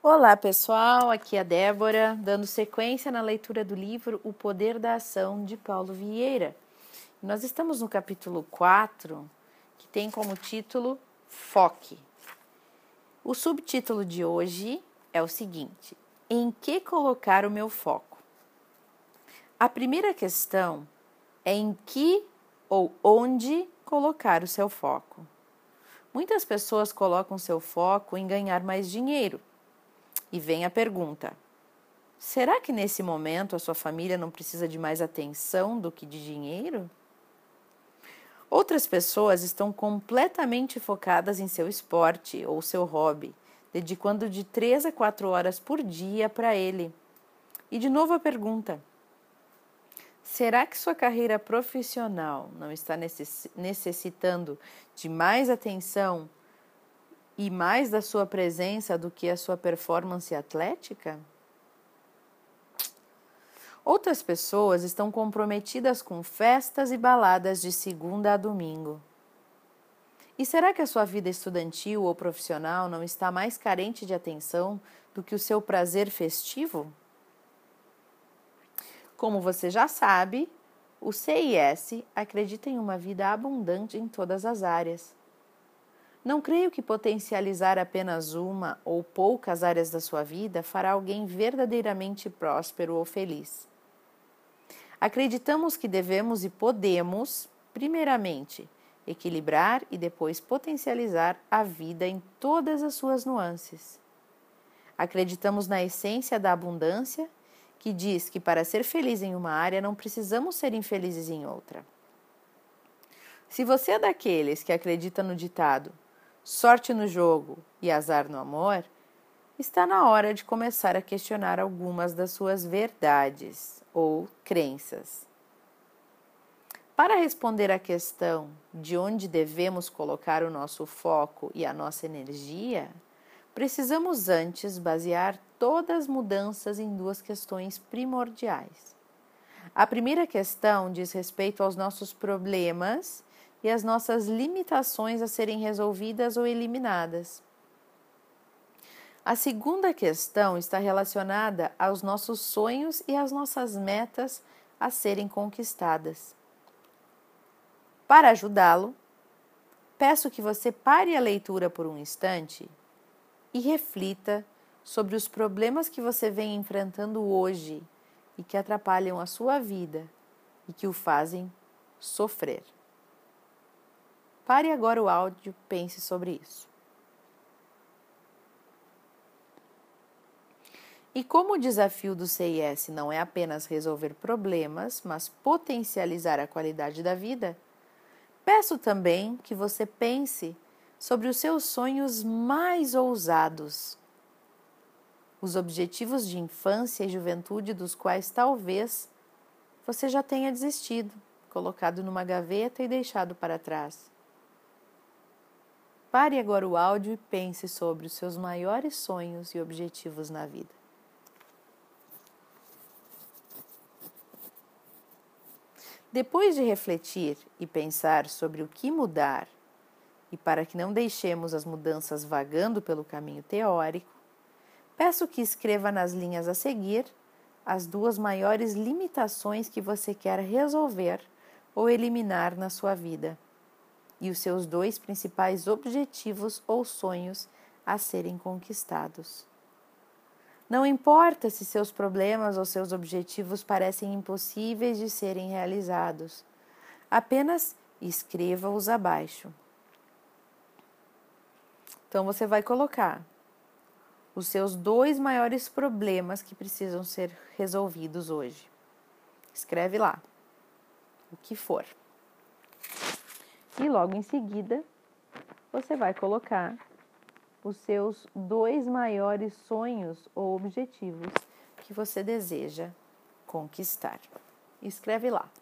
Olá pessoal, aqui é a Débora, dando sequência na leitura do livro O Poder da Ação, de Paulo Vieira. Nós estamos no capítulo 4, que tem como título Foque. O subtítulo de hoje é o seguinte: em que colocar o meu foco? A primeira questão é em que ou onde colocar o seu foco. Muitas pessoas colocam seu foco em ganhar mais dinheiro. E vem a pergunta: será que nesse momento a sua família não precisa de mais atenção do que de dinheiro? Outras pessoas estão completamente focadas em seu esporte ou seu hobby, dedicando de 3 a 4 horas por dia para ele. E de novo a pergunta: será que sua carreira profissional não está necessitando de mais atenção e mais da sua presença do que a sua performance atlética? Outras pessoas estão comprometidas com festas e baladas de segunda a domingo. E será que a sua vida estudantil ou profissional não está mais carente de atenção do que o seu prazer festivo? Como você já sabe, o CIS acredita em uma vida abundante em todas as áreas. Não creio que potencializar apenas uma ou poucas áreas da sua vida fará alguém verdadeiramente próspero ou feliz. Acreditamos que devemos e podemos, primeiramente, equilibrar e depois potencializar a vida em todas as suas nuances. Acreditamos na essência da abundância, que diz que para ser feliz em uma área não precisamos ser infelizes em outra. Se você é daqueles que acredita no ditado sorte no jogo e azar no amor, está na hora de começar a questionar algumas das suas verdades ou crenças. Para responder à questão de onde devemos colocar o nosso foco e a nossa energia, precisamos antes basear todas as mudanças em 2 questões primordiais. A primeira questão diz respeito aos nossos problemas e as nossas limitações a serem resolvidas ou eliminadas. A segunda questão está relacionada aos nossos sonhos e às nossas metas a serem conquistadas. Para ajudá-lo, peço que você pare a leitura por um instante e reflita sobre os problemas que você vem enfrentando hoje e que atrapalham a sua vida e que o fazem sofrer. Pare agora o áudio, pense sobre isso. E como o desafio do CIS não é apenas resolver problemas, mas potencializar a qualidade da vida, peço também que você pense sobre os seus sonhos mais ousados, os objetivos de infância e juventude dos quais talvez você já tenha desistido, colocado numa gaveta e deixado para trás. Pare agora o áudio e pense sobre os seus maiores sonhos e objetivos na vida. Depois de refletir e pensar sobre o que mudar, e para que não deixemos as mudanças vagando pelo caminho teórico, peço que escreva nas linhas a seguir as 2 maiores limitações que você quer resolver ou eliminar na sua vida, e os seus 2 principais objetivos ou sonhos a serem conquistados. Não importa se seus problemas ou seus objetivos parecem impossíveis de serem realizados, apenas escreva-os abaixo. Então você vai colocar os seus 2 maiores problemas que precisam ser resolvidos hoje. Escreve lá o que for. E logo em seguida, você vai colocar os seus 2 maiores sonhos ou objetivos que você deseja conquistar. Escreve lá.